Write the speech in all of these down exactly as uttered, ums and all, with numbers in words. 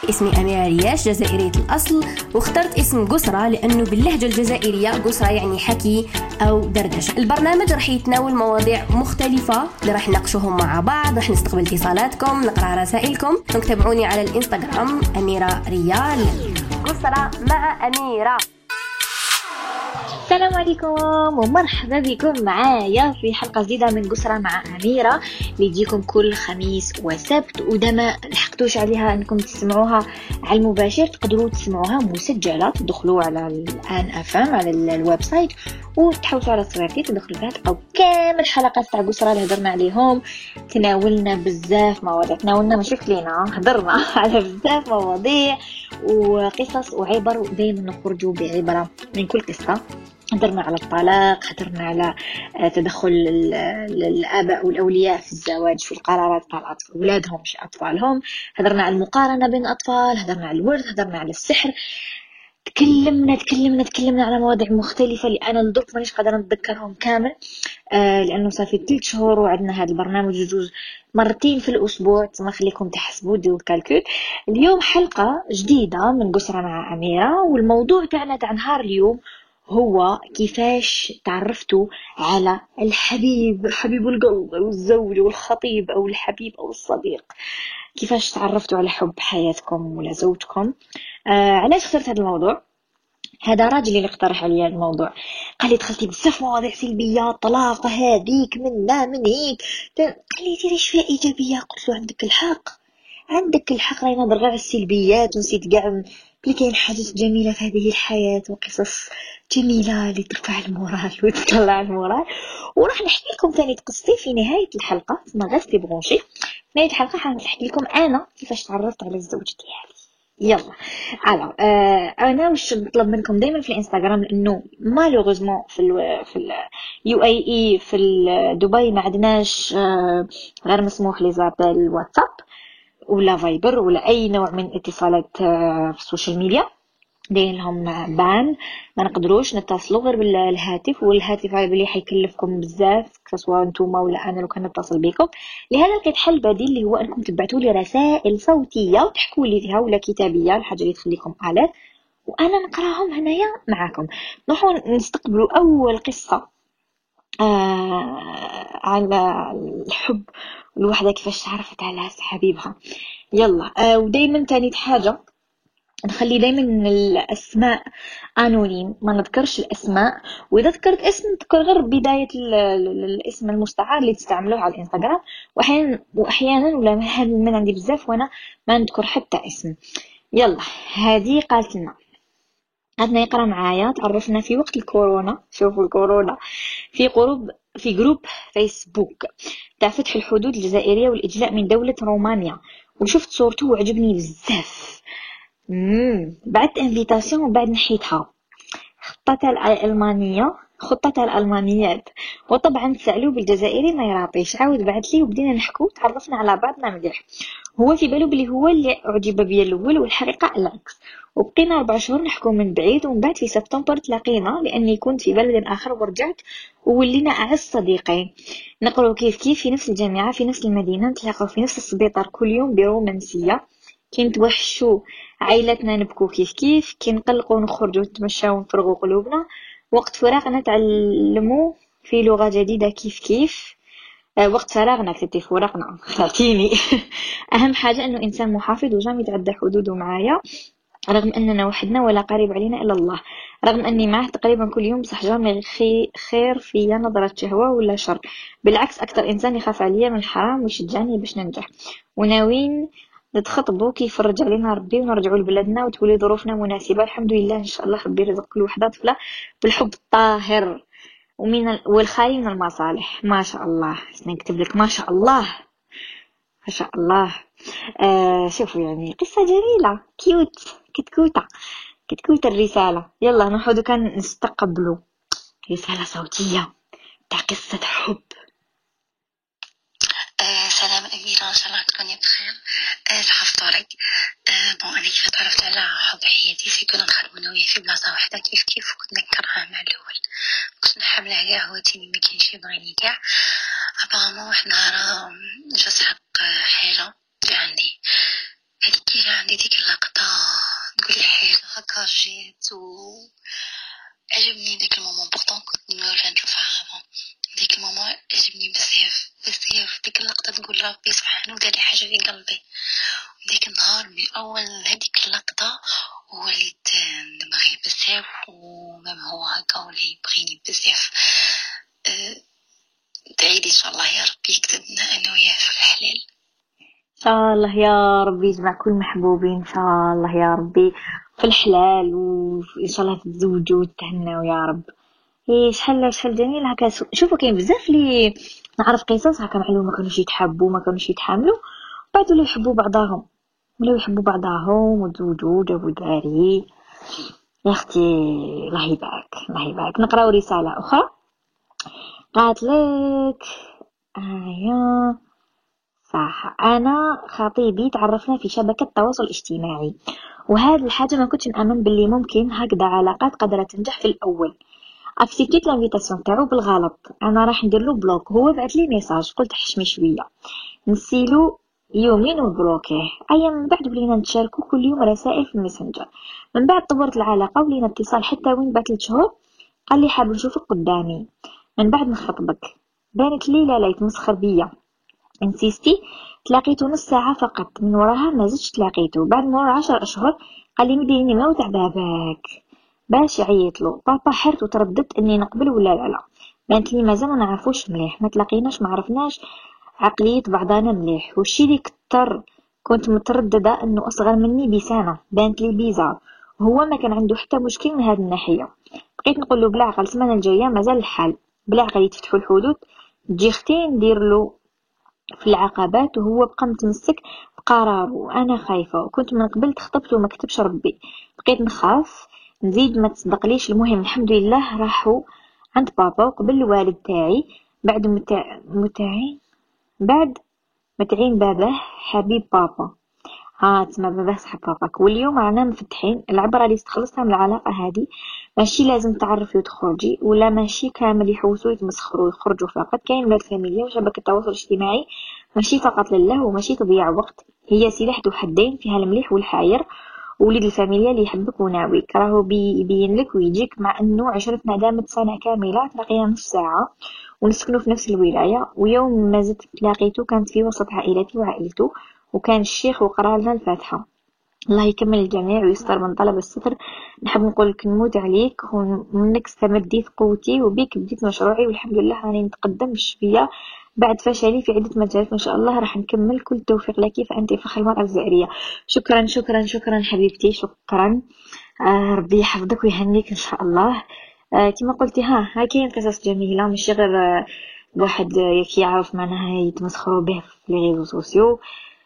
اسمي أميرة رياش، جزائرية الأصل، واخترت اسم قسرة لأنه باللهجة الجزائرية قسرة يعني حكي أو دردشة. البرنامج رح يتناول مواضيع مختلفة اللي رح نناقشوهم مع بعض، رح نستقبل اتصالاتكم، نقرأ رسائلكم. تابعوني على الإنستغرام أميرة ريال. قسرة مع أميرة. السلام عليكم ومرحبا بكم معايا في حلقة جديدة من قسرة مع أميرة اللي يجيكم كل خميس وسبت، وإذا ما لحقتوش عليها أنكم تسمعوها على المباشر تقدروا تسمعوها مسجلة. تدخلوا على الآن أفهم على الويب سايت وتحوسوا على الصغيرتي تدخلوا فيها تلقاو كامل حلقات تاع قسرة اللي هدرنا عليهم. تناولنا بزاف مواضيع، تناولنا ماشي كلينا، هدرنا على بزاف مواضيع وقصص وعبر، ودائما نخرجوا بعبرة من كل قصة. هدرنا على الطلاق، هدرنا على تدخل الآباء والأولياء في الزواج في القرارات تاع أولادهم مش أطفالهم، هدرنا على المقارنة بين الأطفال، هدرنا على الورث، هدرنا على السحر. تكلمنا تكلمنا تكلمنا على مواضيع مختلفة اللي أنا لدرك مانيش قادرة نتذكرهم كامل، آه لأنه صافي ثلاث شهور وعندنا هذا البرنامج جوج مرتين في الأسبوع. تما خليكم تحسبوا ديو الكالكول. اليوم حلقة جديدة من قسرة مع أميرة، والموضوع تاعنا تاع نهار اليوم هو كيفاش تعرفتوا على الحبيب، حبيب القلب أو الزوج أو الخطيب أو الحبيب أو الصديق. كيفاش تعرفتوا على حب حياتكم ولا زوجكم. آه علاش اخترت هذا الموضوع؟ هذا راجل اللي اقترح عليا الموضوع، قال لي دخلتي بزاف مواضيع سلبيه، طلاق هذيك من لا من هيك، قال لي ديري شويه ايجابيه. قلت له عندك الحق عندك الحق، راهي نهضر غير على السلبيات ونسيت كاع بلي كاين حاجات جميله في هذه الحياه وقصص جميله اللي ترفع المورال وتطلع المورال. وراح نحكي لكم ثاني قصتي في نهايه الحلقه، ما غاستي برونشي. في نهايه الحلقه حنحكي لكم انا كيفاش تعرفت على الزوج ديالي. يلا على آه انا واش نطلب منكم دائما في الانستغرام، لانه مالوغوزمون في ال في اليو اي اي في دبي ما عندناش آه غير مسموح لي زاب الواتساب ولا فايبر ولا اي نوع من اتصالات آه في السوشيال ميديا، داين لهم بان، ما نقدروش نتصلوا غير بالهاتف. والهاتف هاي بلي حيكلفكم بزاف سواء نتوما ولا انا لو كان نتصل بكم. لهذا لقيت حل بديل اللي هو انكم تبعتوا لي رسائل صوتيه وتحكوا لي فيها ولا كتابيه، الحاجه اللي تخليكم اليرت وانا نقراهم هنايا معاكم. نروحوا نستقبلوا اول قصه آه على الحب، الوحده كيفاش تعرفت على حبيبها. يلا آه ودائما تاني حاجه نخلي دايما الاسماء انونيم، ما نذكرش الاسماء، واذا ذكرت اسم تذكر غير بدايه الاسم المستعار اللي تستعملوه على الانستغرام. واحيانا واحيانا ولا من عندي بزاف وانا ما نذكر حتى اسم. يلا هذه قالت لنا عندنا يقرا معايا. تعرفنا في وقت الكورونا، شوفوا الكورونا، في جروب في جروب فيسبوك تاع فتح الحدود الجزائريه والاجلاء من دوله رومانيا، وشفت صورته وعجبني بزاف. امم بعت انفيتاسيون وبعد نحيتها. خطتها الالمانيه خطتها الالمانيات، وطبعا سالوه بالجزائري ما يراطيش. عاود بعت لي وبدينا نحكو، تعرفنا على بعضنا مليح. هو في باله بلي هو اللي اعجب بيا الاول والحقيقه العكس. وبقينا اربع شهور نحكو من بعيد، ومن بعد في سبتمبر تلاقينا لاني كنت في بلد اخر ورجعت، وولينا اعز صديقين. نقرأ كيف كيف في نفس الجامعه في نفس المدينه، نتلاقاو في نفس السبيطار كل يوم برومانسيه. كي نتوحشوا عائلتنا نبكو كيف كيف، كي نقلقوا نخرجوا نتمشاو ونفرغوا قلوبنا. وقت فراغنا نتعلموا في لغة جديدة كيف كيف. أه وقت فراغنا كتبتي فراغنا خلتيني أهم حاجة أنه إنسان محافظ وجام يتعدى حدوده معايا، رغم أننا وحدنا ولا قريب علينا إلا الله. رغم أني معه تقريبا كل يوم، صح جامي خير فيا نظرة شهوة ولا شر، بالعكس أكتر إنسان يخاف عليا من الحرام ويشجعني باش ننجح. وناوين نتخطبوا كيف فرج علينا ربي ونرجعوا لبلدنا وتولي ظروفنا مناسبة الحمد لله. إن شاء الله ربي يرزق كل وحدة طفلة بالحب الطاهر ومن ال... والخالي من المصالح. ما شاء الله نكتب لك ما شاء الله ما شاء الله. آه شوفوا يعني قصة جميلة كيوت كتكوتة كتكوتة الرسالة. يلا نحن كان نستقبلوا رسالة صوتية تاع قصة حب. آه سلام أميرة، إن شاء الله تكوني بخير. آه صحة فطورك. آه بون أنا كيف تعرفت على حب حياتي في كنا نخرجوا أنا وياه في بلاصة واحدة كيف كيف، كنت نكرهها مع الأول، كنت نحمل عليه هو تيني ما كانش يبغيني كاع. أبغى واحد نهار جا سحق حالة جا عندي، هذيك جا عندي ديك اللقطة هذيك النهار من اول هذيك اللقطه وليت نبغي بزاف ومام هو هكا ولي يبغيني بزاف. أه دعيلي ان شاء الله يا ربي يكتبنا انا وياه في الحلال ان شاء الله يا ربي يجمع كل محبوبين ان شاء الله يا ربي في الحلال، وان شاء الله تتزوجوا وتهنوا يا رب. ايه شحال شحال جميل هكا. شوفوا كاين بزاف لي نعرف قصص هكا معلومه ما كانوش يتحبوا ما كانوش يتحاملوا، بعد ولاو يحبوا بعضاهم ولاو يحبوا بعضهم وتزوجوا جابوا داري. يا اختي الله يبارك الله يبارك. نقراو رساله اخرى قالت لك ايا صح، انا خطيبي تعرفنا في شبكه التواصل الاجتماعي، وهذه الحاجه ما كنتش نامن باللي ممكن هكذا علاقات قادره تنجح في الاول. اكسبتيت لانفيتاسيون تاعو بالغلط، انا راح ندير له بلوك. هو بعث لي ميساج قلت حشمي شويه نسيلو يومين وبلوكيه. ايا من بعد ولينا نتشاركوا كل يوم رسائل في الماسنجر. من بعد طورت العلاقه ولينا اتصال حتى وين بعد ثلاث شهور قال لي حاب نشوفك قدامي من بعد نخطبك. بانت لي لا لا يتمسخر بيا. انسيستي تلاقيته نص ساعه فقط، من وراها ما زدتش تلاقيته. بعد مرور عشر اشهر قال لي مديني ما تاع باباك باش عيط له. بابا حرت وترددت اني نقبل ولا لا لا. بانت لي مازال ما نعرفوش مليح، ما تلاقيناش ما عرفناش عقليه بعضنا مليح. والشي اللي كتر كنت متردده انه اصغر مني بسنه، بانت لي بيزار. وهو ما كان عنده حتى مشكل من هذه الناحيه. بقيت نقول له بالعقل السمانه الجايه مازال الحال، بالعقل يتفتحوا الحدود تجي اختي ندير له في العقبات. وهو بقى متمسك بقراره وانا خايفه، وكنت من قبل تخطبت وما كتبش ربي. بقيت نخاف نزيد ما تصدقليش. المهم الحمد لله راحوا عند بابا وقبل الوالد تاعي بعد متع... متعين بعد متعين باباه حبيب بابا. ها تسمى باباه صاحب باباك. واليوم رانا مفتحين العبره اللي استخلصتها من العلاقه هذه. ماشي لازم تعرفي وتخرجي، ولا ماشي كامل يحوسوا يتمسخروا يخرجوا فقط. كاين ولاد فاميليا وشبكه التواصل الاجتماعي ماشي فقط لله وماشي تضييع وقت، هي سلاح ذو حدين فيها المليح والحاير. وليد الفاميليا اللي يحبك وناويك راهو بيبين لك ويجيك، مع انه عشرتنا دامت سنه كامله تلاقينا نص ساعه ونسكنوا في نفس الولايه. ويوم ما زدت تلاقيته كانت في وسط عائلتي وعائلته، وكان الشيخ وقرا لنا الفاتحه. الله يكمل الجميع ويستر من طلب الستر. نحب نقول لك نموت عليك ومنك استمديت قوتي وبيك بديت مشروعي، والحمد لله راني نتقدم بشويه بعد فشلي في عده مجالات. ان شاء الله راح نكمل. كل التوفيق لك فانت فخر المرأة الجزائرية. شكرا شكرا شكرا حبيبتي شكرا. آه ربي يحفظك ويهنيك ان شاء الله. آه كما قلتي ها هاي كاين قصص جميله ماشي غير آه واحد يعرف معناها يتمسخروا به في لي ريزو سوسيو.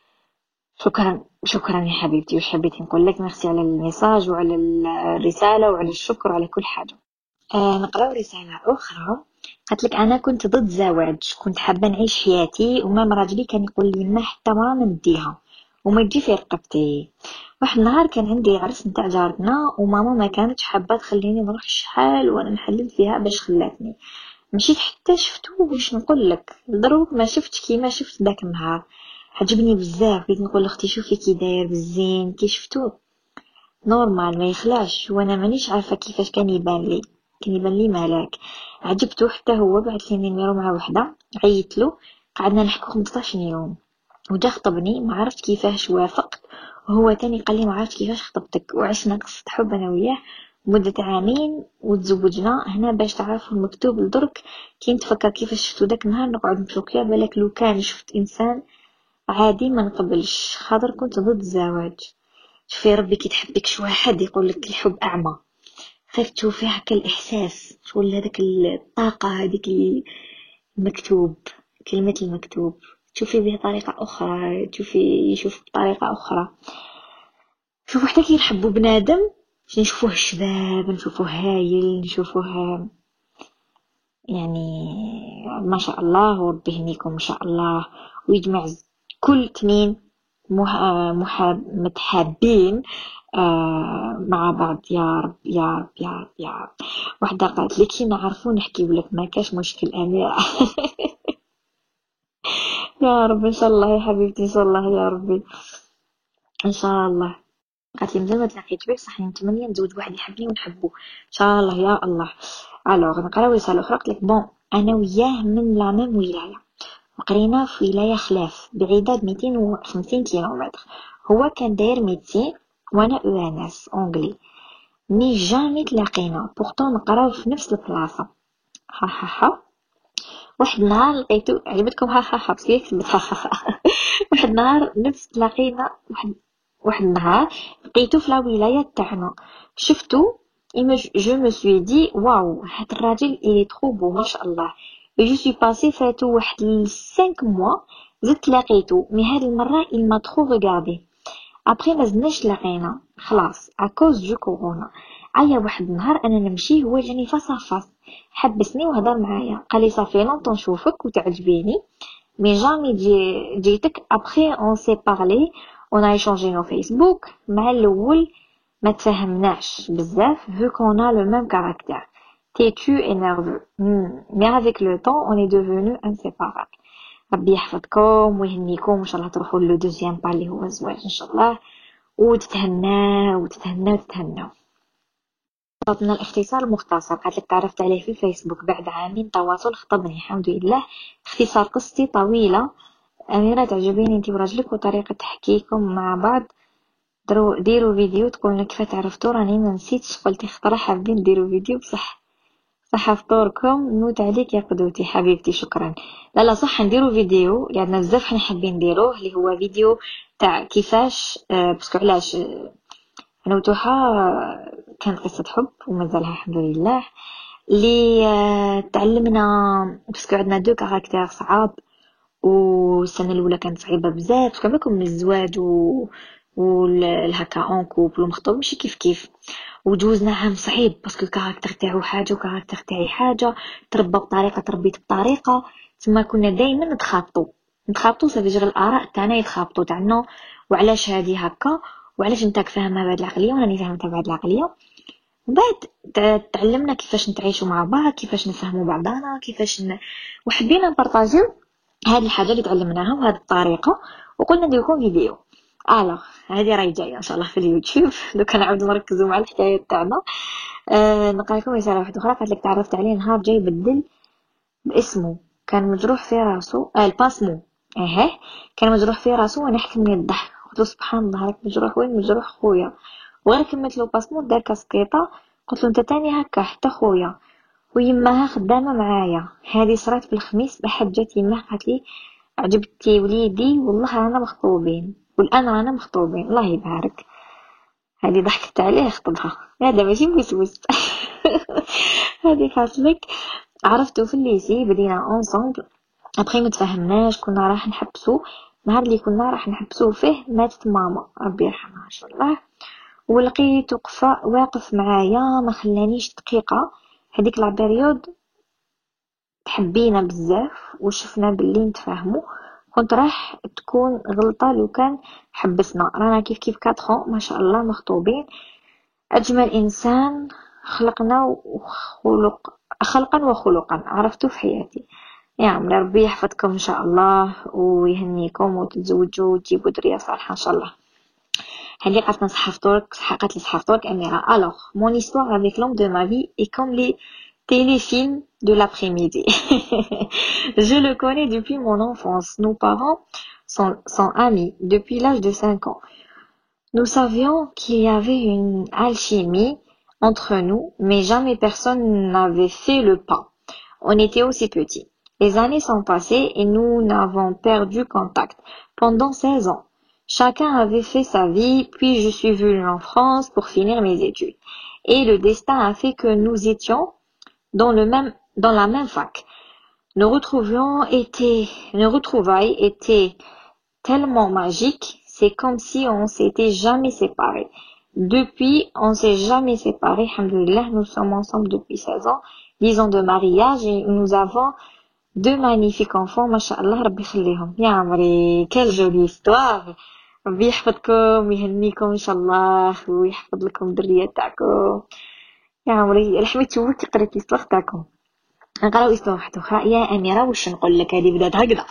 شكرا شكرا يا حبيبتي. وش حبيتي نقول لك؟ ميرسي على الميساج وعلى الرساله وعلى الشكر وعلى كل حاجه. آه نقرأ رساله اخرى. قالت لك انا كنت ضد زواج، كنت حابه نعيش حياتي ومام راجلي كان يقول لي ما حتى ما نديها وما تجي في رقبتي. واحد النهار كان عندي عرس نتاع جارتنا وماما ما كانتش حابه تخليني نروح شحال وانا نحلل فيها باش خلاتني. مشيت حتى شفتو واش نقول لك دروك ما شفتش كيما شفت داك النهار. عجبني بزاف. بغيت نقول لاختي شوفي كي داير بالزين كي شفتو نورمال ما يخلاش، وانا مانيش عارفه كيفاش كان يبان لي كان يبان لي ملاك. عجبته حتى هو بعث لي نيميرو مع وحده عيط له قعدنا نحكو خمسطاش يوم وجا خطبني. ما عرفت كيفاش وافقت وهو تاني قال لي ما عرفت كيفاش خطبتك. وعشنا قصه حب انا وياه مده عامين وتزوجنا. هنا باش تعرفوا المكتوب لدرك كي نتفكر كيفاش شفتو داك النهار نقعد نشوكيا بالك لو كان شفت انسان عادي ما نقبلش خاطر كنت ضد الزواج. شوفي ربي كي تحبك شي واحد يقول لك الحب اعمى، خايف تشوفي هكا الاحساس ولا هذيك الطاقه هذيك المكتوب كلمه المكتوب تشوفي به طريقه اخرى، تشوفي يشوف بطريقه اخرى. شوفوا حتى كي نحبوا بنادم نشوفوه شباب نشوفوه هايل نشوفوه يعني ما شاء الله. وربي يهنيكم ان شاء الله ويجمع كل اثنين متحابين آه مع بعض يا رب يا رب يا رب يا رب. وحده قالت لي كي نعرفوا نحكي ولك ما كاش مشكل اميره. يا رب ان شاء الله يا حبيبتي ان شاء الله يا ربي ان شاء الله. قالت لي مازال ما تلاقيت بيه صح نتمنى نتزوج واحد يحبني ونحبه ان شاء الله يا الله. الوغ نقراو رساله اخرى. قالت لك بون انا وياه من لا ميم ولايه وقرينا في ولاية خلاف بعيدة بميتين وخمسين كيلومتر. هو كان داير ميدسين وانا او ان اس اونجلي، مي جامي تلاقينا بورتون نقراو في نفس البلاصة. ها ها ها واحد النهار لقيتو، عجبتكم ها ها ها بس يكتب ها ها ها واحد النهار نفس تلاقينا، واحد واحد النهار لقيتو في لا ولاية تاعنا، شفتو ايما جو مو سوي دي واو هاد الراجل اي ترو بو ما شاء الله. جو سوي باسي فاتو واحد خمسة موا زدت لقيتو، مي هاد المرة il m'a trop regardé. ابري ما زدناش لقينا خلاص اكوز جو كورونا. عيا واحد النهار انا نمشي هو جاني فاس فاس، حبسني وهضر معايا قال لي صافي لونطون نشوفك وتعجبيني مي جامي جي جيتك. ابري اون سي بارلي اون اي شونجي نو فيسبوك. مع الاول ما تفهمناش بزاف vu qu'on a le même caractère têtu et nerveux, mais avec le temps on est devenus inséparables. ربي يحفظكم ويهنيكم وان شاء الله تروحوا لو دوزيام با اللي هو الزواج ان شاء الله، وتتهناو وتتهناو وتتهناو. خطبنا الاختصار المختصر، قالت لك تعرفت عليه في الفيسبوك بعد عامين تواصل خطبني الحمد لله. اختصار قصتي طويلة. أميرة تعجبيني انتي وراجلك وطريقة تحكيكم مع بعض، درو ديروا فيديو تقولنا كيف تعرفتوا. راني ما نسيتش قلتي خطرة حابين نديروا فيديو بصح صح فطوركم نوت عليك يا قدوتي حبيبتي شكرا. لا لا صح نديروا فيديو لأن يعني بزاف حنا حابين نديروه اللي هو فيديو تاع كيفاش آه باسكو علاش آه انا وتوحا آه كانت قصة حب ومازالها الحمد لله اللي آه تعلمنا باسكو عندنا دو كاركتير صعاب، والسنة الأولى كانت صعيبة بزاف باسكو بالكم من الزواج و والهكا اون كوبل ومخطوب ماشي كيف كيف، وجوزنا عام صعيب باسكو الكاركتر تاعو حاجه وكاركتر تاعي حاجه، تربى بطريقه تربيت بطريقه، تما كنا دائما نتخابطوا نتخابطوا صافي جغ الاراء تاعنا يتخابطوا تاعنا وعلاش هذه هكا وعلاش انت فاهمها بهذه العقليه وانا فاهمتها بهذه العقليه. بعد تعلمنا كيفاش نتعيشوا مع بعض، كيفاش نفهموا بعضنا، كيفاش ن... وحبينا نبارطاجيو هذه الحاجه اللي تعلمناها وهذه الطريقه، وقلنا ندير لكم فيديو. الوغ هذه راهي جايه ان شاء الله في اليوتيوب. دوك نعاودو نركزوا مع الحكايه تاعنا. أه نقرا لكم رساله واحده اخرى. قالت لك تعرفت عليه نهار جاي بدل باسمه، كان مجروح في راسه آه الباسمو اها كان مجروح في راسه وانا حكم من الضحك. قلت له سبحان الله راك مجروح وين؟ مجروح خويا. وغير كملت له باسمو دار كاسكيطه. قلت له انت تاني هكا حتى خويا. ويماها خدامه معايا. هذه صرات في الخميس بحد جات يماه قالت لي عجبتي وليدي والله رانا مخطوبين والان رانا مخطوبين الله يبارك. هذه ضحكت عليه خطبها هذا ماشي مسوس. هذه خاطلك عرفتو في الليسي بدينا اونصومبل ابخي متفاهمناش كنا راح نحبسو. نهار اللي كنا راح نحبسو فيه ماتت ماما ربي يرحمها ان شاء الله، ولقيت وقفه واقف معايا ما خلانيش دقيقه. هذيك لا بيريود حبينا بزاف وشفنا باللي نتفاهموا. كنت راح تكون غلطه لو كان حبسنا. رانا كيف كيف أربعة ما شاء الله مخطوبين. اجمل انسان خلقنا وخلق خلقا وخلقا عرفتو في حياتي. يا عمري ربي يحفظكم ان شاء الله ويهنيكم وتتزوجوا وتجيبوا ذريه صالحه ان شاء الله. هذه قالت نصحى فطورك قالت لي صحى فطورك اميره. الوغ مون histoire avec l'homme de ma vie est comme les téléfilms de l'après-midi. Je le connais depuis mon enfance. Nos parents sont, sont amis depuis l'âge de cinq ans. Nous savions qu'il y avait une alchimie entre nous, mais jamais personne n'avait fait le pas. On était aussi petits. Les années sont passées et nous n'avons perdu contact pendant seize ans. Chacun avait fait sa vie, puis je suis venue en France pour finir mes études. Et le destin a fait que nous étions dans le même, dans la même fac. Nos retrouvailles étaient, nos retrouvailles étaient tellement magiques. C'est comme si on s'était jamais séparés. Depuis, on s'est jamais séparés. Alhamdoulilah, nous sommes ensemble depuis seize ans, dix ans de mariage et nous avons deux magnifiques enfants. Masha'Allah, Rabbi khallihum. Ya amri, quelle jolie histoire. Rabbi yahfadkom, yahnikom inshallah, ويحفظ لكم الذرية تاعكم. يا عمري الحمد تشوفك قريت الاسطوره تاعكم. نقراو اسطوره واحده اخرى. يا اميره واش نقول لك هذه بدات هكذا.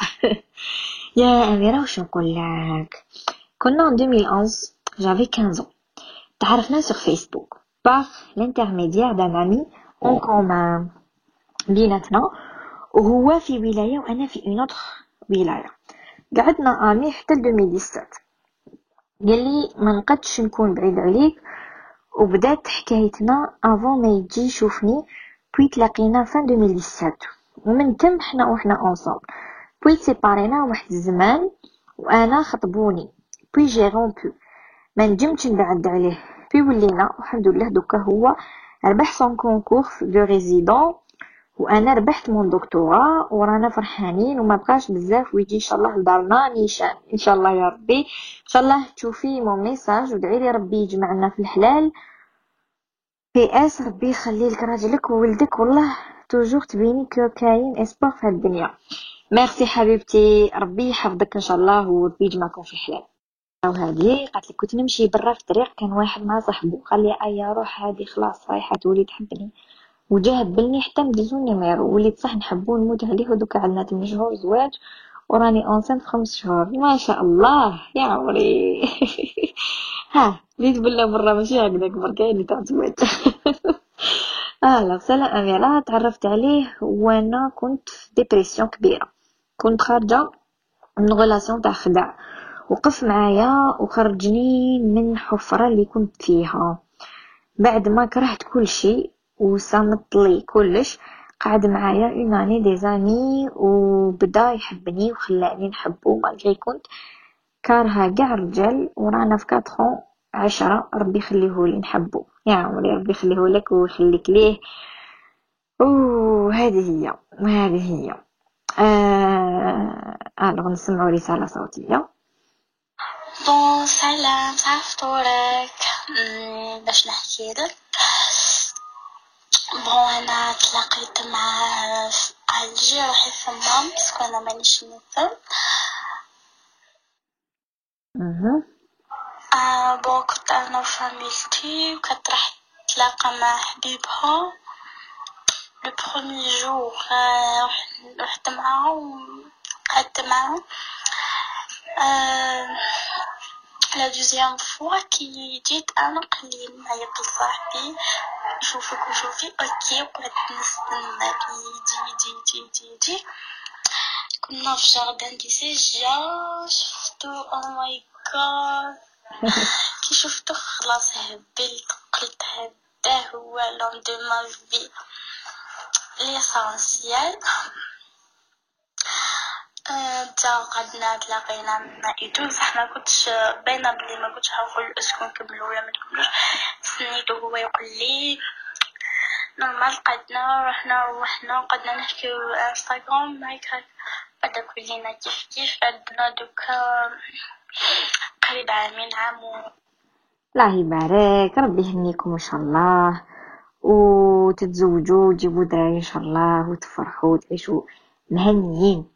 يا اميره واش نقول لك كنا en deux mille onze j'avais quinze ans. تعرفنا sur Facebook par l'intermédiaire d'un ami en commun بيناتنا وهو في ولايه وانا في une autre قبيله. قعدنا امي حتى ألفين وسبعطاش. قال لي ما نقدش نكون بعيد عليك، وبدات حكايتنا افون ما يجي يشوفني. بوي تلاقينا في ألفين وسبعطاش، ومن تم حنا وحنا اونصومبل. بوي سيبارينا واحد الزمان وانا خطبوني. بوي جي رومبو، ما نجمتش نبعد عليه. بوي ولينا والحمد لله دوكا هو ربح سون كونكور دو ريزيدون، وانا ربحت مون دكتوراه، ورانا فرحانين وما بقاش بزاف ويجي ان شاء الله لدارنا نيشان ان شاء الله يا ربي. ان شاء الله تشوفي مون ميساج وادعي لي ربي يجمعنا في الحلال. بي اس ربي يخلي لك راجلك وولدك، والله توجور تبيني كو كاين اسبوع في الدنيا. ميرسي حبيبتي، ربي يحفظك ان شاء الله وربي يجمعكم في الحلال. وهذه قالت لي كنت نمشي برا في الطريق، كان واحد مع صاحبه قال لي ايا روح هذه خلاص رايحه تولي تحبني، وجا هبلني حتى ندزو نيميرو، وليت صح نحبو نموت عليه. ودوكا عندنا ثمانية شهور زواج وراني اونسنت خمس شهور ما شاء الله يا عمري. ها ريت بالله مره ماشي هكذاك بركاين اللي تاع زواج. اه لا سلام اميره، تعرفت عليه وانا كنت في ديبرسيون كبيره، كنت خارجه من غولاسيون تاع خداع، وقف معايا وخرجني من حفره اللي كنت فيها. بعد ما كرهت كل شيء وصمت لي كلش، قعد معايا اون اني دي زامي وبدا يحبني وخلاني نحبه مالغري كنت كارها كاع الرجال. ورانا في كاتخون عشرة، ربي يخليهولي نحبه يا عمري، ربي يخليهولك ويخليك ليه. وهذه هي وهذه هي آه الو نسمعوا رساله صوتيه. بون سلام صافطورك باش نحكي لك. بون انا تلاقيت مع الجي روحي فمام باسكو انا مانيش نمثل. اها آه بون كنت انا وفاميلتي وكنت راح تلاقى مع حبيبها لو بروميي جور. رحت معاهم قعدت معاهم. آه لا دوزيام فوا كي جيت انا قليل معايا صاحبي شوفك وشوفي اوكي وقعدت نستنى يجي يجي يجي يجي. كنا في جاردان ليسي جا شفتو او ماي جاد. كي شفتو خلاص هبلت قلت هذا هو لون دو ما في ليسانسيال. تا قعدنا تلاقينا مع ايدو صح ما كنتش باينه بلي ما كنتش هنقول اسكو نكملوا ولا ما نكملوش. سنيتو هو يقول لي نورمال. قعدنا رحنا روحنا وقعدنا نحكيو انستغرام معاك بعد كلنا كيف كيف. عندنا دوكا قريب عامين عام و الله يبارك، ربي يهنيكم ان شاء الله وتتزوجوا وتجيبوا دراري ان شاء الله وتفرحوا وتعيشوا مهنيين.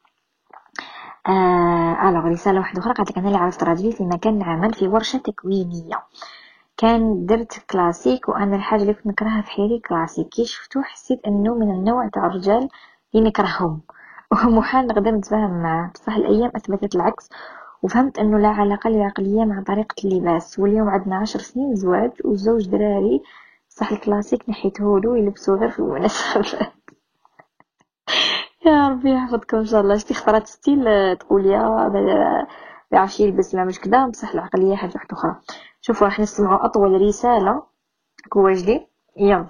آه الو رساله واحده اخرى قالت لك انا اللي عرفت راجلي في مكان عمل في ورشه تكوينيه، كان درت كلاسيك وانا الحاجه اللي كنت نكرهها في حياتي كلاسيك. كي شفتو حسيت انه من النوع تاع الرجال اللي نكرههم ومحال نقدر نتفاهم معاه. بصح الايام اثبتت العكس، وفهمت انه لا علاقه العقليه مع طريقه اللباس. واليوم عندنا عشر سنين زواج وزوج دراري. صح الكلاسيك نحيتهولو يلبسوا غير في المناسبات. يا ربي يحفظكم ان شاء الله. شتي اختارت ستيل تقول يا بعرفش يلبس لا مش كدا، بصح العقليه حاجه واحده اخرى. شوفوا راح نسمعوا اطول رساله كواجدي يلا.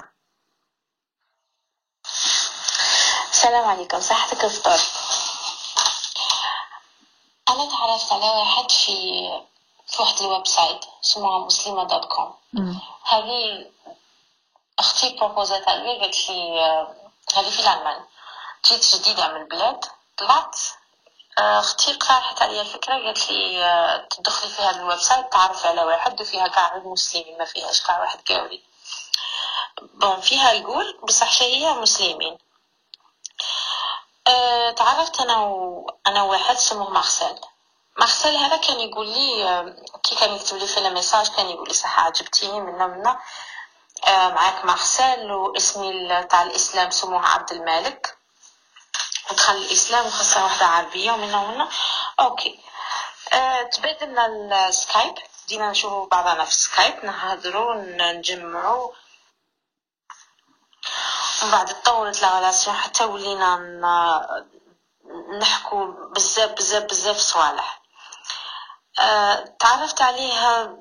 السلام عليكم صحتك الفطور. انا تعرفت على واحد في في واحد الويب سايت اسمه مسلمه دوت كوم. هذه اختي بروبوزات عليه قالت لي هذه في الالمان جيت جديده من البلاد. طلعت اختي اقترحت عليا الفكره قالت لي تدخلي في هذا الويب سايت تعرفي على واحد وفيها كاع مسلمين ما فيهاش كاع واحد قاوري. بون فيها يقول بصح هي مسلمين. أه تعرفت انا و... انا واحد اسمه مارسيل. مارسيل هذا كان يقول لي كي كان يكتب لي في الميساج كان يقول لي صح عجبتيني منا منا أه معاك مارسيل واسمي تاع الاسلام سموه عبد الملك ودخل الاسلام وخاصه واحده عربيه ومنا ومنا اوكي. أه تبادلنا السكايب دينا نشوفوا بعضنا في السكايب نهضروا نجمعوا ومن بعد تطورت لا ريلاسيون حتى ولينا نحكوا بزاف بزاف بزاف صوالح. أه تعرفت عليها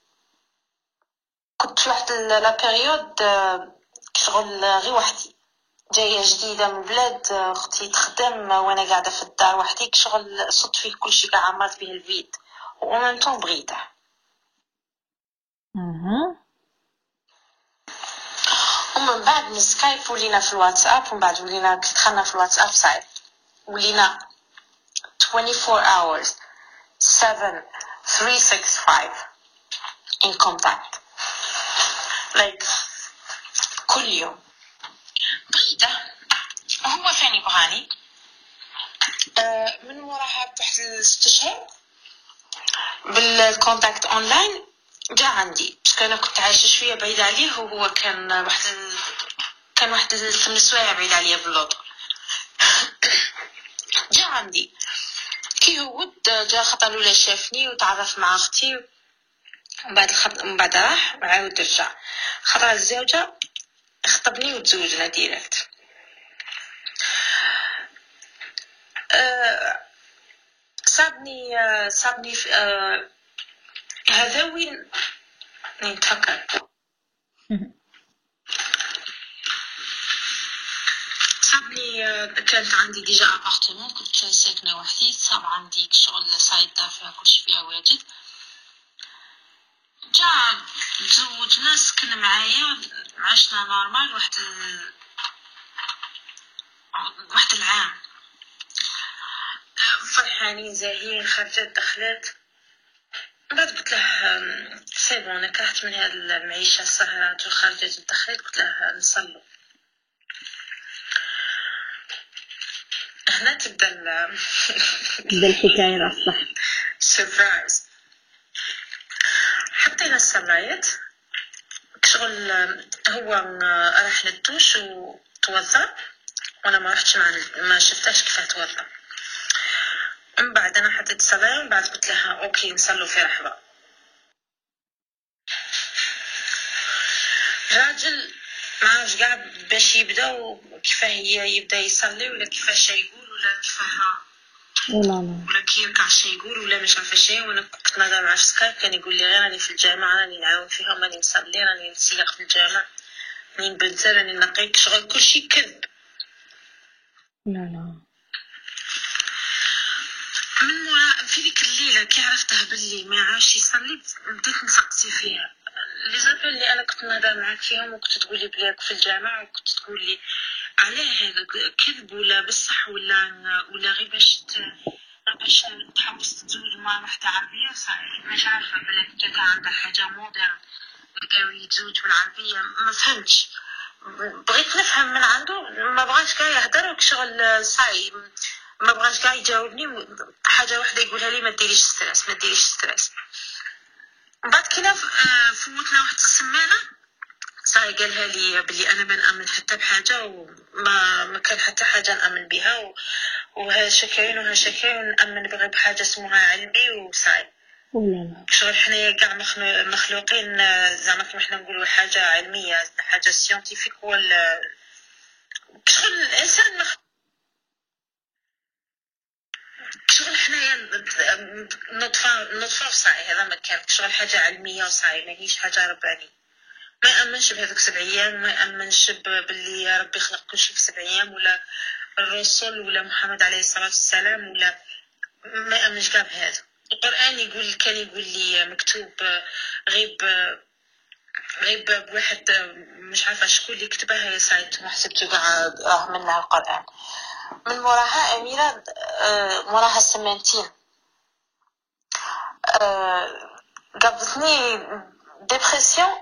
كنت في واحد لا بيريود شغل غير وحدي، جايه جديده من البلاد، اختي تخدم وانا قاعده في الدار وحدي، شغل صدت فيه كل شيء قاع عمرت به الفيد ومن طون بغيته. اها ومن بعد من سكايب ولينا في الواتساب، ومن بعد ولينا دخلنا في الواتساب سايب ولينا twenty-four hours seven three six five in contact like كل يوم. بغيته هو ثاني بغاني. أه من وراها تحت الاستشهاد بالكونتاكت اونلاين جا عندي، بس انا كنت عايشه شويه بعيد عليه وهو كان واحد ال... كان واحد الثمان سوايع بعيد عليا باللوط. جا عندي كي هو جا خطر الاولى شافني وتعرف مع اختي، ومن بعد الخط... من بعد راح وعاود رجع. خطر الزوجه خطبني وتزوجنا ديريكت. أه... صابني أه... صابني في أه... هذا وين نتفكر. صابني كانت عندي ديجا ابارتمون، كنت ساكنه وحدي، صاب عندي شغل سايد دار فيها كلشي فيها واجد. جا تزوجنا سكن معايا، عشنا نورمال واحد ال... واحد العام فرحانين زاهيين. خرجت دخلت بعد قلت له سيبو انا كرهت من هذه المعيشه السهرات وخرجت ودخلت. قلت له نصلوا. هنا تبدا ال تبدا الحكايه صح. سربرايز. حطينا السرايات شغل، هو راح للدوش وتوضا وانا ما رحتش مع ما شفتاش كيف توضا. من بعد انا حطيت السرايا، من بعد قلت لها اوكي نصلوا في رحبه. راجل ما عرفش كاع باش يبدا وكيفاه يبدا يصلي ولا كيفاش يقول ولا كيفاه ولا ولا كي يركع شي يقول ولا مش عارفه شيء. وانا كنت نهضر مع سكايب كان يقول لي غير راني في الجامعه، راني نعاون فيهم، راني نصلي، راني نسيق في الجامع، راني نبنت، راني نقيك، شغل كل شيء كذب. لا لا من مورا في ذيك الليله كي عرفتها باللي ما عاش يصلي بديت نسقسي فيها لي زابل اللي انا كنت نهضر معاك فيهم، وكنت تقولي بلي في الجامعه، وكنت تقولي علاه هذا كذب ولا بصح ولا ولا غير باش باش تحوس تزوج مع واحدة عربية. صحيح مش عارفة بلك جاتا عندها حاجة مودرن لقاو يتزوج بالعربية، ما فهمتش. بغيت نفهم من عنده، ما بغاش كاع يهدر وكشغل صاي، ما بغاش كاع يجاوبني. حاجة واحدة يقولها لي ما ديريش ستريس ما ديريش ستريس. بعد كنا فوتنا واحد السمانة صاي قالها لي بلي انا ما نامن حتى بحاجه وما ما كان حتى حاجه نامن بها و... وها شكاين وها شكاين نامن بغير بحاجه اسمها علمي وصاي. ولا شغل حنايا كاع مخلوقين زعما كيما حنا نقولوا حاجه علميه، حاجه سيانتيفيك، ولا شغل الانسان مخ... شغل حنايا نطفه نطفه صاي. هذا ما كان شغل حاجه علميه وصاي، ماهيش حاجه ربانيه. ما يأمنش بهذوك سبع أيام، ما يأمنش باللي ربي خلق كل شيء في سبع أيام، ولا الرسل ولا محمد عليه الصلاة والسلام، ولا ما يأمنش كاع بهذا. القرآن يقول كان يقول لي مكتوب غيب غيب بواحد مش عارفة شكون اللي كتبها يا سعيد، ما حسبته كاع راه منها القرآن. من موراها أميرة موراها سمانتين قبضتني ديبرسيون،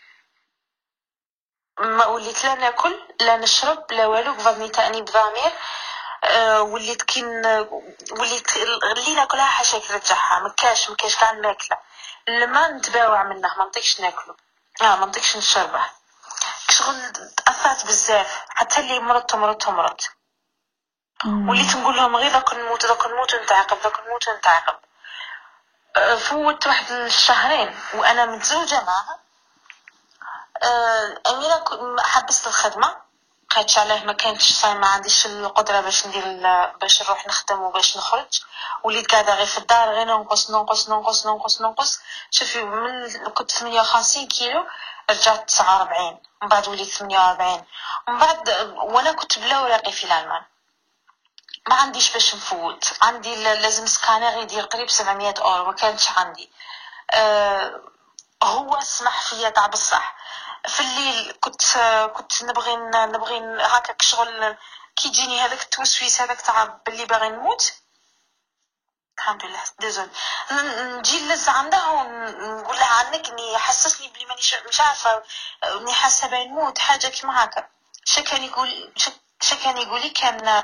ما وليت لا ناكل لا نشرب لا والو، قبضني تانيب ضمير. أه وليت كي وليت اللي ناكلها حاشاك رجعها، مكاش مكاش كاع الماكله، الماء نتباوع منه ما نطيقش ناكله، اه ما نطيقش نشربه. شغل تاثرت بزاف، حتى اللي مرضت مرضت مرضت وليت نقول لهم غير ذاك نموت ذاك نموت ونتعاقب ذاك نموت ونتعاقب. أه فوت واحد الشهرين وانا متزوجه معها. أه أميرة حبست الخدمة، لقيتش عليه ما كانتش صايم، ما عنديش القدره باش ندير باش نروح نخدم وباش نخرج. وليت قاعده غير في الدار غير ننقص ننقص ننقص ننقص ننقص. شوفي من كنت ثمانية وخمسين كيلو رجعت تسعة وأربعين، من بعد وليت ثمانية وأربعين، من بعد وانا كنت بلا وراقي في الالمان، ما عنديش باش نفوت. عندي لازم سكانر يدير قريب سبعمية اورو، ما كانش عندي. أه هو سمح فيا تاع بصح. في الليل كنت كنت نبغي نبغي هكاك شغل كي يجيني هذاك التوسويس هذاك تاع باللي باغي نموت. الحمد لله ديزول نجي نلز عندها ونقول لها عنك اني حسسني بلي مانيش مش عارفه اني حاسه بين نموت حاجه كيما هكا. شا كان يقول شا كان يقول لي كان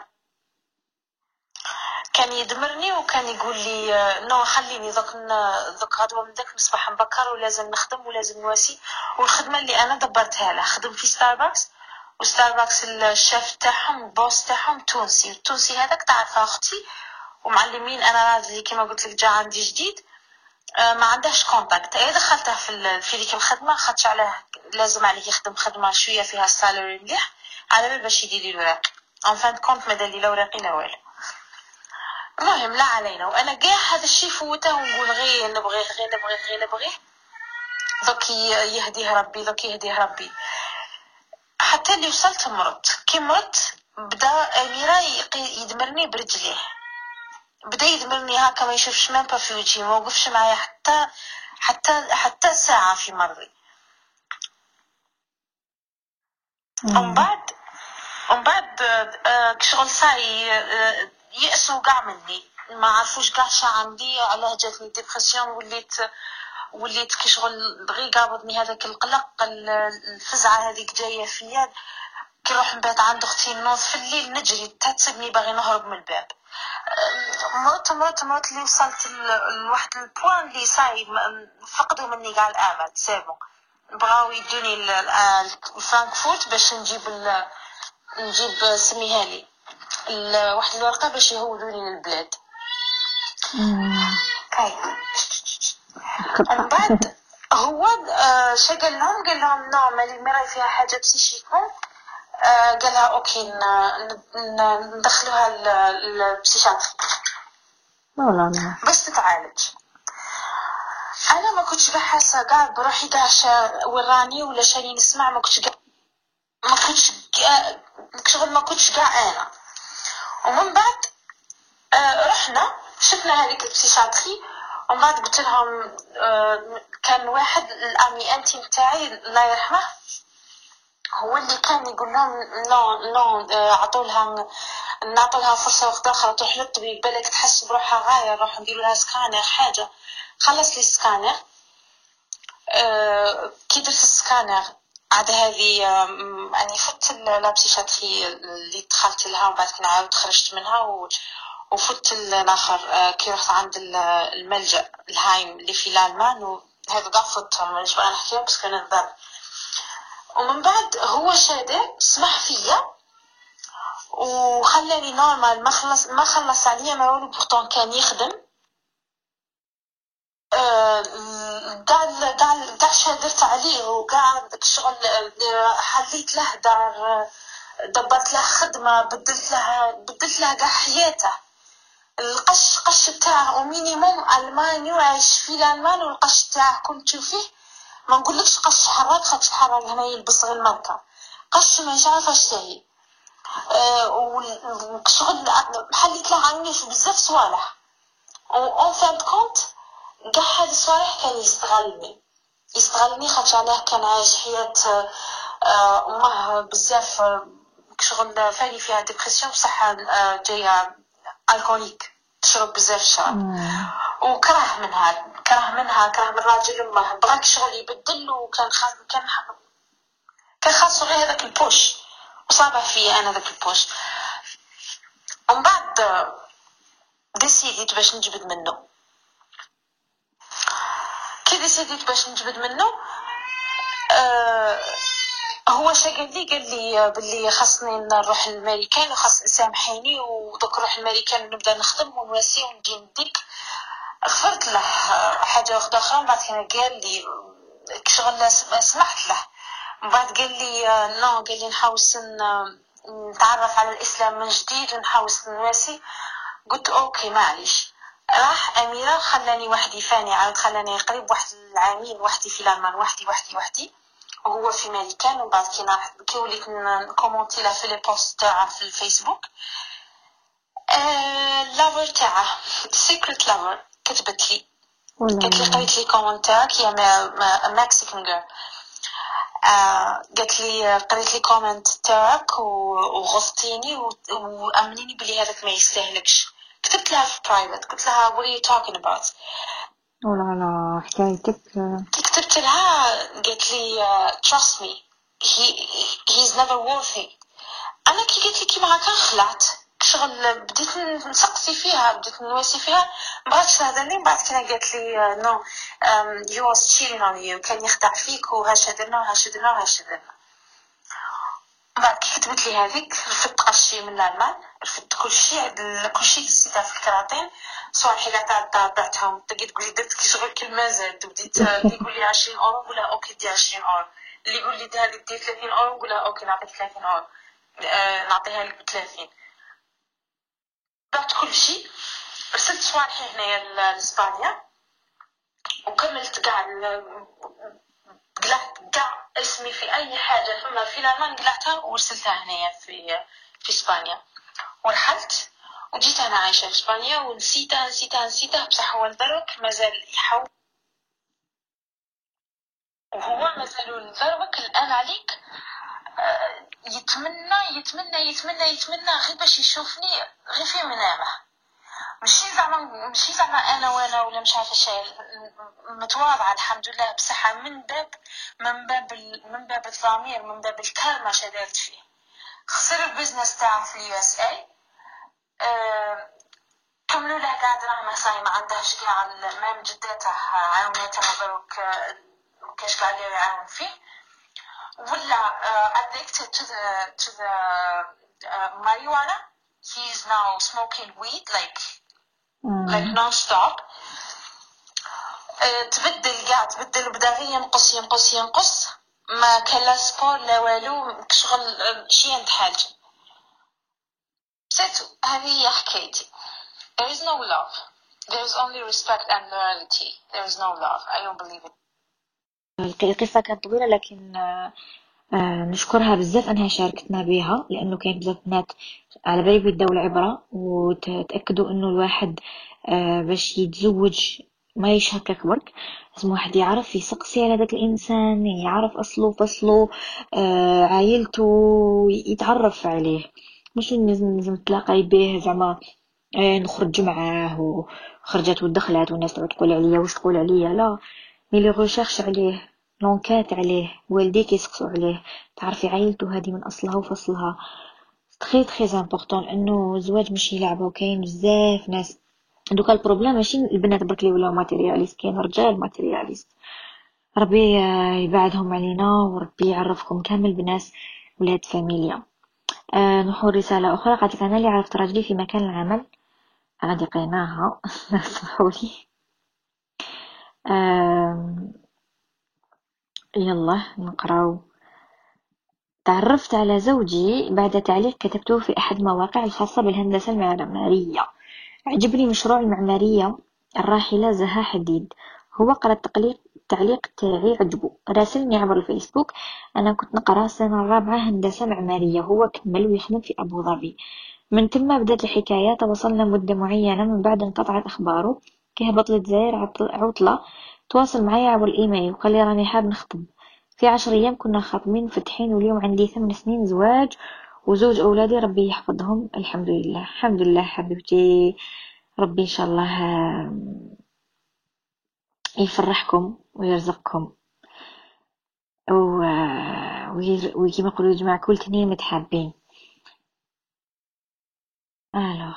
كان يدمرني وكان يقول لي نو خليني ذاك ذاك غدوه من ذاك نصبح مبكر ولازم نخدم ولازم نواسي. والخدمه اللي انا دبرتها له خدم في ستاربكس، وستاربكس الشيف تاعهم البوس تاعهم تونسي، التونسي هذاك تعرفها اختي ومعلمين. انا رازي كما قلت لك جا عندي جديد ما عندهش كونتاكت. اي دخلته في في ديك الخدمه خدش عليه لازم عليه يخدم خدمه شويه فيها سالري مليح على بال باش يدير لي الوراق. ان فان كونت ما دار لي لا وراقي لا والو. المهم لا علينا، وانا كاع هذا الشيء فوته ونقول غير نبغي غير نبغي غير نبغي ذاك يهديه ربي ذاك يهديه ربي. حتى اللي وصلت مرضت. كي مرضت بدا اميره يدمرني برجليه، بدا يدمرني هكا ما يشوفش مام با في وجهي، ما وقفش معايا حتى حتى حتى ساعه في مرضي. ومن بعد ومن بعد شغل صاي يأسوا كاع مني، ما عرفوش كاع شا عندي علاه جاتني ديبرسيون. وليت وليت كي شغل غير قابضني هذاك القلق الفزعه هذيك جايه فيا. كي نروح نبات عند اختي نوض في الليل نجري تتصبني باغي نهرب من الباب. مرت مرت مرت اللي وصلت لواحد البوان اللي صاي فقدوا مني كاع الامل. سيبون بغاو يدوني الفرانكفورت باش نجيب نجيب سميها لي واحد الورقه باش يهودوني للبلاد. كاي من بعد هو شا قال لهم قال لهم نو مالي مراي فيها حاجه بسيشيكون. قال لها اوكي ندخلوها للبسيشاتري بس تتعالج. انا ما كنتش بحاسه كاع بروحي كاع وراني ولا شاني نسمع، ما كنتش ما كنتش شغل ما كنتش كاع انا. ومن بعد آه رحنا شفنا هذيك البسيشاتري. ومن بعد قلت لهم آه كان واحد الامي انتي نتاعي الله يرحمه هو اللي كان يقول لهم نو نو عطوا لها نعطوا لها فرصه وقت اخرى تروح للطبيب بالك تحس بروحها غايه نروح نديروا لها سكانر حاجه. خلص لي السكانر. أه كي درت السكانر عاد هذه يعني فت لابسيشاتري اللي دخلت لها وبعد كي نعاود خرجت منها و... وفت الاخر. أه كي رحت عند الملجأ الهايم اللي في الالمان وهذا كاع فتهم مش بغا نحكيهم بس كان نضر. ومن بعد هو شاده سمح فيا وخلاني نورمال ما خلص ما خلص عليا ما والو بورتون كان يخدم. قاع قاع قاع شادرت عليه وقاع الشغل حليت له دار دبرت له خدمه بدلت له بدلت له قاع حياته. القش قش تاعه ومينيموم الماني وعايش في الالمان والقش تاعه كنت تشوفيه ما نقولكش قش حراق خاطش حراق هنا يلبس غير الماركه قش ما عارفه اش تاهي. أه وشغل حليت له عيني في بزاف صوالح اون فان كونت كاع هاد الصوالح كان يستغلني يستغلني خاطر علاه كان عايش حياه امه بزاف شغل فاني فيها ديبرسيون بصح جايه الكوليك تشرب بزاف شراب وكره منها كره منها كره من راجل امه بغاك شغل يبدل وكان خاص كان كان خاصو غير هذاك البوش وصابه فيا انا ذاك البوش. ومن بعد ديسيديت باش نجبد منه. كي ديسيديت باش نجبد منه أه هو شا قال لي قال لي باللي خاصني نروح للامريكان وخاص سامحيني ودوك نروح للامريكان ونبدا نخدم ونواسي ونجي نديك. غفرت له حاجه واحده اخرى من بعد كان قال لي شغل سمحت له من بعد قال لي آه، نو، قال لي نحوس ن- نتعرف على الاسلام من جديد ونحوس نواسي. قلت اوكي معليش. راح اميره خلاني وحدي فاني، عاود خلاني قريب واحد العامين وحدي في الالمان، وحدي وحدي وحدي وهو في ماريكان. ومن بعد كي نح- كي وليت نكومونتي له في لي بوست تاعه في الفيسبوك، آه لافر تاعه سيكريت لافر كتبت لي ولا قالت لي قريت لي كومنتاك يا مكسيكان جيرل. آه قالت لي قريت لي كومنت تاعك و- وغصتيني و- وامنيني بلي هذاك ما يستاهلكش. كتبت لها في برايفت، قلت لها what are you talking about. ولا لا حكايتك. كي كتبت لها قالت لي uh, trust me he he's never worthy. انا كي قلت لي كي معاك خلعت شغل، بديت نسقسي فيها، بديت نواسي فيها، ما بغاتش تهضرني. من بعد كنا قالت لي نو يو واز تشيلين اون يو، كان يخدع فيك وهاش درنا وهاش درنا وهاش درنا. من بعد كي كتبت لي هذيك رفدت قشي من الالمان، رفدت كلشي كلشي دزيتها في الكراتين، سواء حاجات تاع بعتهم تقي تقولي درت كي شغل كلمه زاد، وبديت اللي يقول لي عشرين اورو نقول له اوكي دي عشرين اورو، اللي يقول لي هذه دي ثلاثين اورو نقول له اوكي نعطيك ثلاثين اورو، آه نعطيها لك ب ثلاثين. بعت كل شيء، رسلت صوالحي هنايا لاسبانيا، وكملت كاع قلعت كاع اسمي في اي حاجه فما في الالمان قلعتها ورسلتها هنايا في في اسبانيا، ورحلت وجيت انا عايشه في اسبانيا ونسيتها نسيتها نسيتها بصح هو الدرك مازال يحاول، وهو مازال الدرك الان عليك آه، يتمنى يتمنى يتمنى يتمنى غير باش يشوفني غير في منامه. ماشي زعما ماشي زعما انا وانا ولا مش عارفه شيء، متواضعه الحمد لله، بصحه من باب من باب من باب الضمير، من باب الكلمه شدارت فيه. خسر البزنس تاعه في اليو اس اي، أه كملوا له قاعد راه صاي ما عندهاش كاع المام جدته عاونتها مبروك كاش قاعد يعاون فيه، ولا uh, addicted to the to the uh, marijuana. He's now smoking weed like like non-stop. أه تبدل قاعد تبدل وبدا غير ينقص ينقص ينقص، ما كان لا سبور لا والو، شغل شي عند حاجه سيتو. هذه هي حكايتي. There is no love, there is only respect and loyalty. There is no love. I don't believe it. القصة كانت طويلة لكن آه آه نشكرها بزاف انها شاركتنا بها، لانه كاين بزاف بنات على بالي بيداو العبرة وتأكدوا انه الواحد آه باش يتزوج ما يشهكك برك، لازم واحد يعرف يسقسي على ذاك الانسان، يعرف اصله فصله آه عائلته، يتعرف عليه، مش لازم لازم تلاقي به زعما آه نخرج معاه وخرجت ودخلت والناس تقول عليا واش تقول عليا، لا ملي غوشيرش عليه لونكات عليه والديك يسقسوا عليه، تعرفي عائلته هذه من اصلها وفصلها. تري تري امبورطون انه الزواج ماشي لعبه، وكاين بزاف ناس دوكا البروبليم ماشي البنات برك اللي ولاو ماتيرياليست، كاين رجال ماتيرياليست. ربي يبعدهم علينا وربي يعرفكم كامل بناس ولاد فاميليا. آه نحور رساله اخرى، قالت انا اللي عرفت راجلي في مكان العمل، غادي قيناها سمحولي. آه يلا نقراو. تعرفت على زوجي بعد تعليق كتبته في أحد المواقع الخاصة بالهندسة المعمارية. عجبني مشروع المعمارية الراحلة زها حديد، هو قرأ التقليق التعليق تاعي عجبه، راسلني عبر الفيسبوك. أنا كنت نقرأ السنة الرابعة هندسة معمارية، هو كمل ويخدم في أبو ظبي. من ثم بدأت الحكاية، تواصلنا مدة معينة، من بعد انقطعت أخباره. كي هبط للجزائر عطلة تواصل معي عبر الإيميل وقال لي راني حاب نخطب. في عشر أيام كنا خاطبين فتحين، واليوم عندي ثمان سنين زواج وزوج أولادي ربي يحفظهم. الحمد لله الحمد لله حبيبتي، ربي إن شاء الله يفرحكم ويرزقكم وكما يقولوا يجمع كل تنين متحابين. الوغ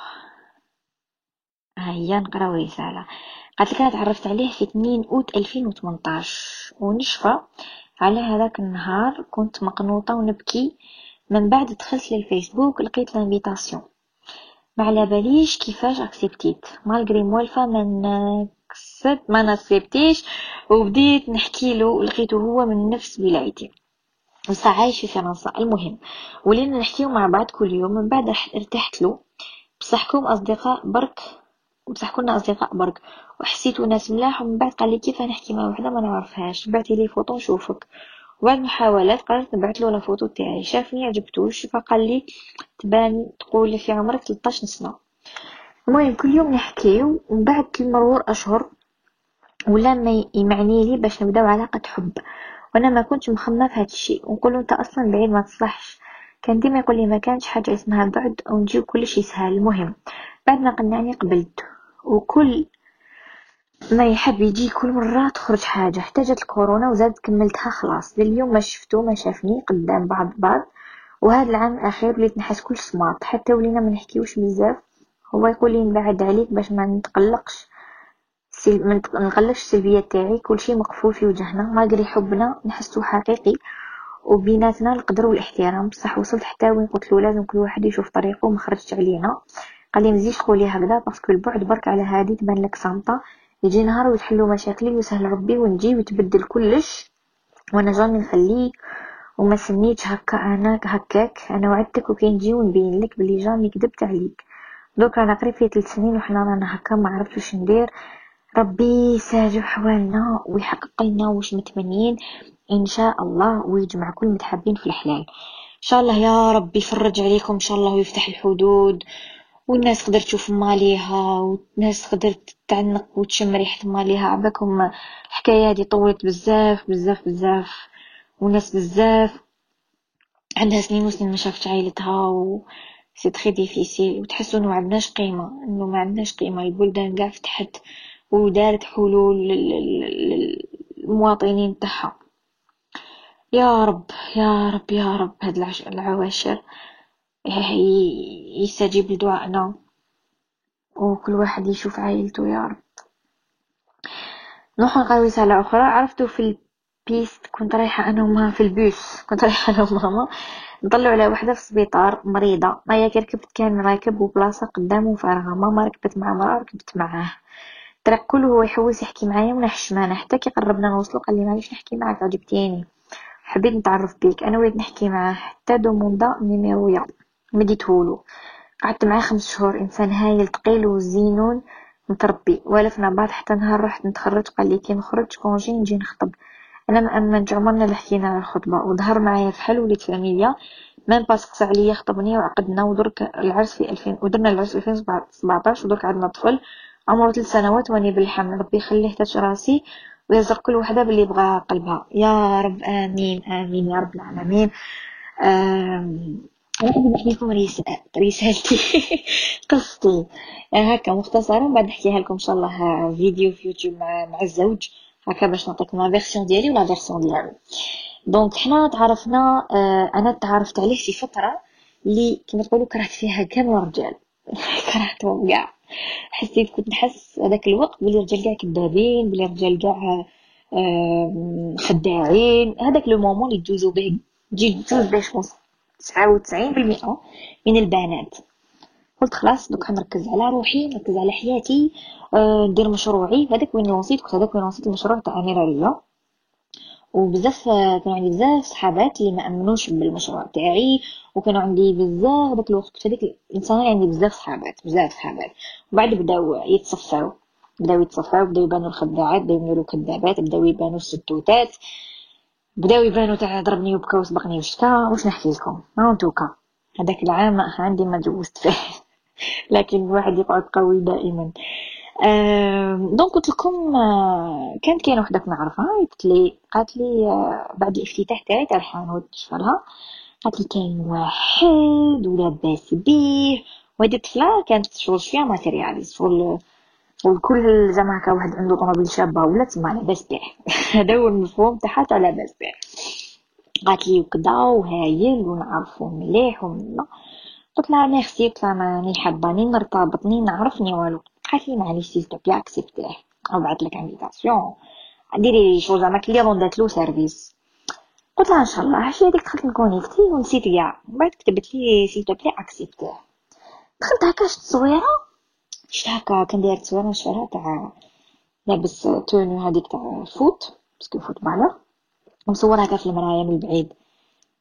هيا نقراو رسالة. قالت لك انا تعرفت عليه في اثنين اوت ألفين وثمنطاش ونشفى على هذاك النهار، كنت مقنوطة ونبكي. من بعد دخلت للفيسبوك لقيت لانفيتاسيون، ما على باليش كيفاش اكسبتيت، مالغري موالفه من كسبت ما نسبتيش، وبديت نحكي له، لقيته هو من نفس ولايتي. بصح عايش في فرنسا. المهم ولينا نحكيو مع بعض كل يوم. من بعد رح ارتحت له، بصح كون اصدقاء برك، بصح كنا اصدقاء برك وحسيتو ناس ملاح. ومن بعد قال لي كيف نحكي مع وحده ما نعرفهاش، بعتي لي فوطو نشوفك. وبعد محاولات قررت نبعث له الفوتو تاعي، شافني عجبتوش فقال لي تبان تقول في عمرك ثلاثة عشر سنه. المهم كل يوم نحكيو، ومن بعد كل مرور اشهر ولا ما يمعني لي باش نبداو علاقه حب، وانا ما كنتش مخمه في هذا الشيء، ونقول له انت اصلا بعيد ما تصلحش. كان ديما يقول لي ما كانش حاجه اسمها بعد ونجيو كل شيء سهل. المهم بعد ما قنعني قبلت، وكل ما يحب يجي كل مرة تخرج حاجة. حتى جات الكورونا وزاد كملتها خلاص. لليوم ما شفتو ما شافني قدام بعض بعض. وهذا العام الاخير وليت نحس كل سماط، حتى ولينا ما نحكيوش بزاف. هو يقول لي نبعد عليك باش ما نتقلقش سل... ما نقلقش السلبيات تاعي، كل شيء مقفول في وجهنا ما قري حبنا نحسو حقيقي وبيناتنا القدر والاحترام. بصح وصلت حتى وين قلت له لازم كل واحد يشوف طريقه وما خرجتش علينا. قال لي مزيش تقولي هكذا باسكو البعد برك على هادي تبان لك صامته، يجي نهار ويتحلوا مشاكلي ويسهل ربي ونجي وتبدل كلش، وانا جاني نخليك وما سميتش هكا. انا هكاك انا وعدتك وكي نجي ونبين لك بلي جاني كذبت عليك. دوك انا قريب في ثلاث سنين وحنا رانا هكا ما عرفتش واش ندير. ربي يسهل حوالنا ويحقق لنا واش متمنين ان شاء الله، ويجمع كل متحابين في الحلال ان شاء الله. يا ربي يفرج عليكم ان شاء الله ويفتح الحدود، والناس تقدر تشوف ماليها، والناس تقدر تتعنق وتشم ريحة ماليها. عباكم الحكاية هذه طولت بزاف بزاف بزاف، وناس بزاف عندها سنين وسنين ما شافت عائلتها، و سي تري ديفيسيل. وتحسوا انه ما عندناش قيمه، انه ما عندناش قيمه. البلدان كاع فتحت ودارت حلول للمواطنين تاعها. يا رب يا رب يا رب هاد العش... العواشر يستجيب لدعائنا وكل واحد يشوف عائلته يا رب. نروح نقرا رسالة أخرى. عرفتوا في البيست كنت رايحة أنا وماما في البوس كنت رايحة أنا وماما نطلعوا على وحدة في السبيطار مريضة. ما هي ركبت كان راكب وبلاصة قدامه فارغة. ماما ركبت مع مرا ركبت معاه. الطريق كله هو يحوس يحكي معايا ونحش معنا، حتى كي قربنا نوصلوا قال لي معليش نحكي معاك عجبتيني حبيت نتعرف بيك. أنا وليت نحكي معاه حتى دوموندا نيميرويا مديتهولو. قعدت معاه خمس شهور. إنسان هايل ثقيل وزينون متربي. والفنا بعض حتى نهار رحت نتخرج قال لي كي نخرج كونجي نجي نخطب. انا مأمن عمرنا اللي حكينا على الخطبه وظهر معايا في حل وليت فاميليا ميم با سقس عليا خطبني وعقدنا ودرك العرس في ألفين ودرنا العرس في ألفين وسبعطاش ودرك عندنا طفل عمره ثلاث سنوات واني بالحمل. ربي يخليه تاج راسي ويرزق كل وحده باللي يبغى قلبها يا رب. امين امين يا رب العالمين. أم... انا نحكي لكم رسالتي قصتي هكا مختصرة بعد نحكيها لكم ان شاء الله فيديو في يوتيوب مع مع الزوج هكا باش نعطيكم لا فيرسيون ديالي ولا فيرسيون ديالو. دونك حنا تعرفنا. آه انا تعرفت عليه في فتره اللي كما تقولوا كرهت فيها كامل الرجال كرهتهم كاع. حسيت كنت نحس هذاك الوقت بلي الرجال كاع كذابين، بلي الرجال كاع آه خداعين. هذاك لو مومون اللي تجوزوا به تجي تجوز به تسعة وتسعين بالمئة من البنات. قلت خلاص دوك نركز على روحي نركز على حياتي أه ندير مشروعي. هذاك وين وصيت كنت هذاك وين وصيت المشروع تاع أميرة ريا. وبزاف كانوا عندي بزاف صحابات اللي ما امنوش بالمشروع تاعي، وكانوا عندي بزاف داك الوقت كنت هذيك الانسان اللي عندي بزاف صحابات بزاف صحابات. وبعد بداو يتصفاو بداو يتصفاو بداو يبانوا الخداعات، بداو يبانوا الكذابات، بداو يبانوا الستوتات، بداو يبانوا تاع ضربني وبكى وسبقني وشكا. واش نحكي لكم انتوكا هذاك العام عندي ما تزوجت فيه لكن الواحد يقعد قوي دائما. دونك قلت لكم كانت كاينه وحده نعرفها قالت لي قالت لي بعد الافتتاح تاعي تاع الحانوت شفالها قالت لي كاين واحد ولاباس بيه. وهذه الطفله كانت شغل فيها ماتيرياليز شغل والكل زعما هكا واحد عنده طوموبيل شابه ولا تما لاباس بيه هذا هو المفهوم تاعها تاع لاباس بيه. قالت لي وكذا وهايل ونعرفو مليح ومنا. قلت لها ميرسي، قلت لها ماني حاباني نرتبطني نعرفني والو. قالت لي معليش سيل تو بلي اكسبتيه او بعث لك انفيتاسيون ديري شو زعما كلي روندات له سيرفيس. قلت لها ان شاء الله. عشان هذيك دخلت نكونيكتي ونسيت كاع. بعد كتبت لي سيل تو بلي اكسبتيه. دخلت هكا شفت تصويره شفت هكا كان داير تصويره شفالها تاع لابس تونو هذيك تاع فوت باسكو فوت بالر ومصور هكا في المرايه من بعيد.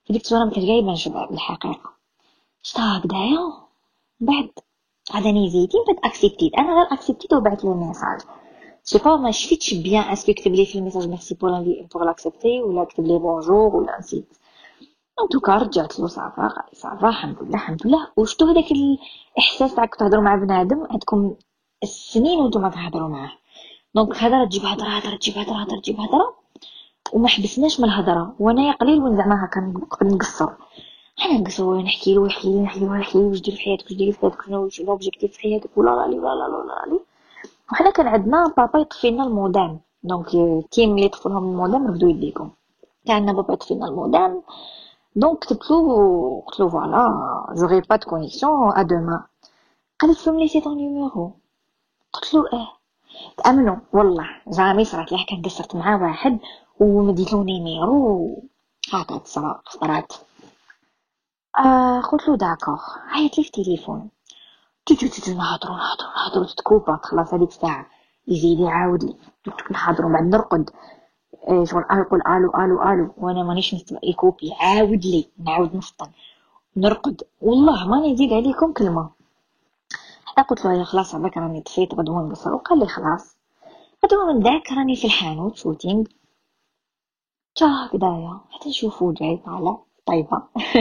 في ديك الصوره ما كانش جايبه نشبع بالحقيقه. شتا هكذايا من بعد عاداني زيدين بعد اكسبتيت، انا غير اكسبتيت وبعث لي ميساج سي با ما شفتش بيان اسكو كتب لي في الميساج ميرسي بور لي بور لاكسبتي ولا كتب لي بونجور ولا نسيت. ان توكا رجعت له صافا قال لي صافا الحمد لله الحمد لله. وشتو هذاك الاحساس تاع تهضروا مع بنادم عندكم السنين وانتم تهضروا معاه، دونك هضره تجيب هضره هضره تجيب هضره هضره تجيب هضره وما حبسناش من الهضره. وانا قليل وين زعما هكا نقدر نقصر، انا نقصر نحكي له يحكي لي نحكي له يحكي لي واش دير في حياتك واش ديري في حياتك شنو لوبجيكتيف في حياتك ولا لا لي ولا لا لا لا. وحنا كان عندنا بابا يطفي لنا المودام، دونك تيم اللي يطفوا لهم المودام رفدوا يديكم. كان عندنا بابا يطفي لنا المودام، دونك كتبت له قلت له فوالا جوغي با دو كونيكسيون ا دوما. قال لي فهم لي سي طون نيميرو. قلت له اه. تامنوا والله جامي صرات لي هكا قصرت مع واحد ومديت له نيميرو هكا تصرا خطرات. آه قلت له داكوغ. عيط لي في التليفون تي تي تي نهضروا نهضروا نهضروا تكوبا خلاص هذيك الساعه يزيد يعاود لي نهضروا بعد نرقد شغل اقول الو الو الو وانا مانيش نسمع يكوبي عاود لي نعاود نفطن نرقد والله ماني نزيد عليكم كلمه. حتى قلت له يا خلاص هذاك راني طفيت غدوه نقصر. وقال لي خلاص غدوه من داك راني في الحانوت شوتينغ تا هكذايا حتى نشوفو جاي طالع طيبه.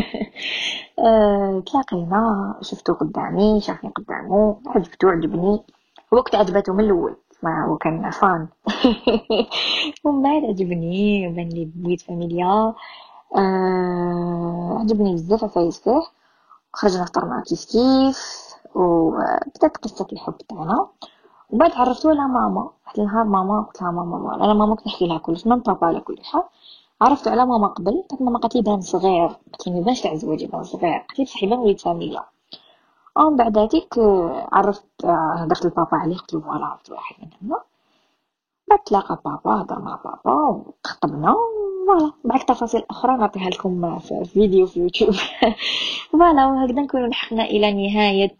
أه تلاقينا شفتو قدامي شافني قدامه عجبتو عجبني. هو كنت عجبته من الاول ما هو كان فان. ومن بعد عجبني وبان لي بويت فاميليا. أه عجبني بزاف عفايس فيه وخرجنا فطرنا كيف كيف وبدات قصه الحب تاعنا. وبعد عرفتو على ماما واحد النهار ماما قلت لها ماما انا ماما كنت نحكي لها كلش من بابا على كل حال. عرفت على ماما قبل قالت ماما قالت لي بان صغير قالت لي ما بانش تاع زواج بان صغير قالت لي بصح يبان وليد فاميليا. ومن بعد هذيك عرفت هضرت لبابا عليه قلت له فوالا عرفت واحد من هنا. بعد تلاقى بابا هضر مع بابا وتخطبنا فوالا. بعد تفاصيل اخرى نعطيها لكم في فيديو في يوتيوب. فوالا وهكذا نكونوا لحقنا الى نهايه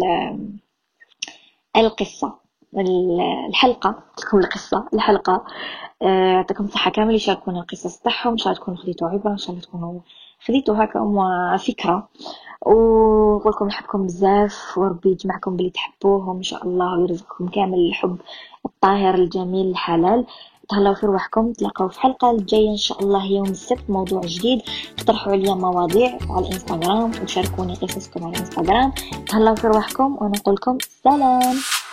القصه الحلقه تكون القصه الحلقه. يعطيكم الصحه كامل يشاركونا القصص تاعهم ان شاء الله تكونوا خديتوا عبره ان شاء الله تكونوا خديتوا هكا فكره. ونقول لكم نحبكم بزاف وربي يجمعكم باللي تحبوهم ان شاء الله ويرزقكم كامل الحب الطاهر الجميل الحلال. تهلاو في روحكم. تلاقاو في الحلقه الجايه ان شاء الله يوم السبت موضوع جديد. اقترحوا عليا مواضيع على الانستغرام وشاركوني قصصكم على الانستغرام. تهلاو في روحكم ونقول لكم سلام.